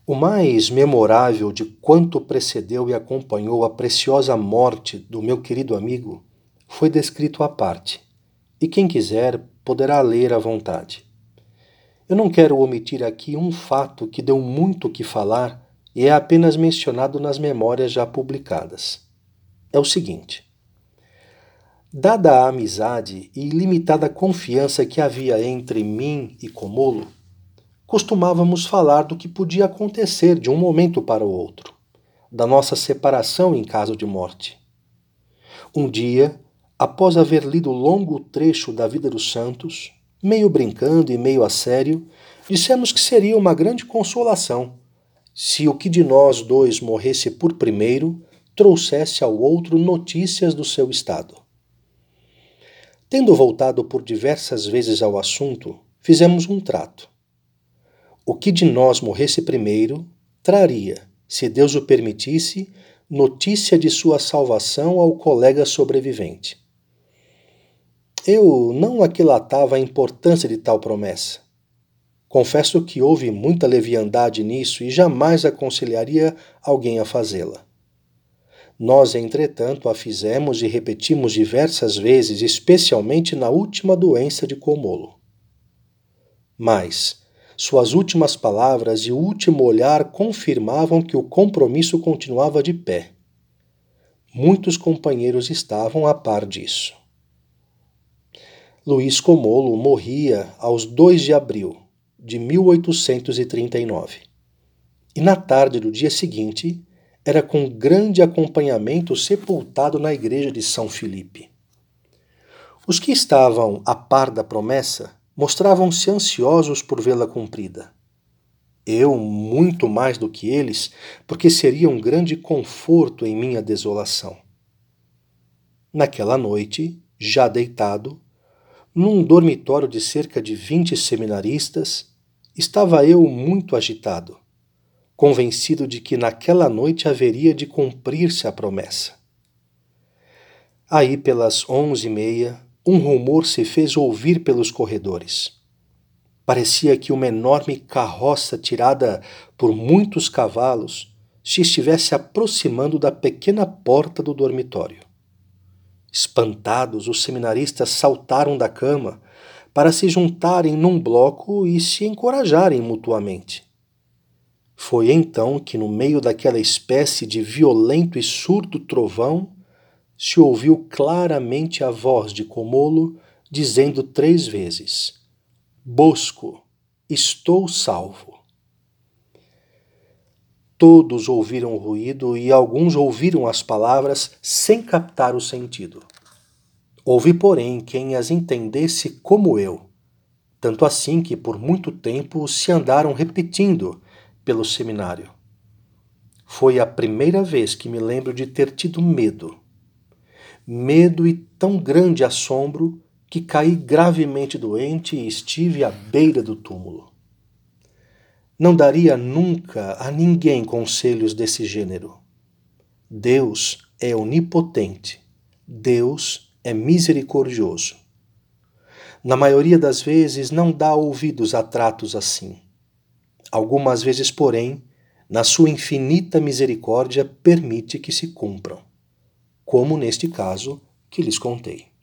O mais memorável de quanto precedeu e acompanhou a preciosa morte do meu querido amigo foi descrito à parte, e quem quiser poderá ler à vontade. Eu não quero omitir aqui um fato que deu muito o que falar e é apenas mencionado nas memórias já publicadas. É o seguinte: dada a amizade e ilimitada confiança que havia entre mim e Comolo, costumávamos falar do que podia acontecer de um momento para o outro, da nossa separação em caso de morte. Um dia, após haver lido longo trecho da vida dos santos, meio brincando e meio a sério, dissemos que seria uma grande consolação se o que de nós dois morresse por primeiro trouxesse ao outro notícias do seu estado. Tendo voltado por diversas vezes ao assunto, fizemos um trato. O que de nós morresse primeiro traria, se Deus o permitisse, notícia de sua salvação ao colega sobrevivente. Eu não aquilatava a importância de tal promessa. Confesso que houve muita leviandade nisso e jamais aconselharia alguém a fazê-la. Nós, entretanto, a fizemos e repetimos diversas vezes, especialmente na última doença de Comolo. Mas suas últimas palavras e o último olhar confirmavam que o compromisso continuava de pé. Muitos companheiros estavam a par disso. Luiz Comolo morria aos 2 de abril de 1839. E na tarde do dia seguinte, era com grande acompanhamento sepultado na igreja de São Filipe. Os que estavam a par da promessa mostravam-se ansiosos por vê-la cumprida. Eu, muito mais do que eles, porque seria um grande conforto em minha desolação. Naquela noite, já deitado, num dormitório de cerca de 20 seminaristas, estava eu muito agitado, convencido de que naquela noite haveria de cumprir-se a promessa. Aí, pelas 11h30, um rumor se fez ouvir pelos corredores. Parecia que uma enorme carroça tirada por muitos cavalos se estivesse aproximando da pequena porta do dormitório. Espantados, os seminaristas saltaram da cama para se juntarem num bloco e se encorajarem mutuamente. Foi então que, no meio daquela espécie de violento e surdo trovão, se ouviu claramente a voz de Comolo dizendo 3 vezes: Bosco, estou salvo. Todos ouviram o ruído e alguns ouviram as palavras sem captar o sentido. Houve, porém, quem as entendesse como eu, tanto assim que por muito tempo se andaram repetindo pelo seminário. Foi a primeira vez que me lembro de ter tido medo. Medo e tão grande assombro que caí gravemente doente e estive à beira do túmulo. Não daria nunca a ninguém conselhos desse gênero. Deus é onipotente. Deus é misericordioso. Na maioria das vezes não dá ouvidos a tratos assim. Algumas vezes, porém, na sua infinita misericórdia, permite que se cumpram, como neste caso que lhes contei.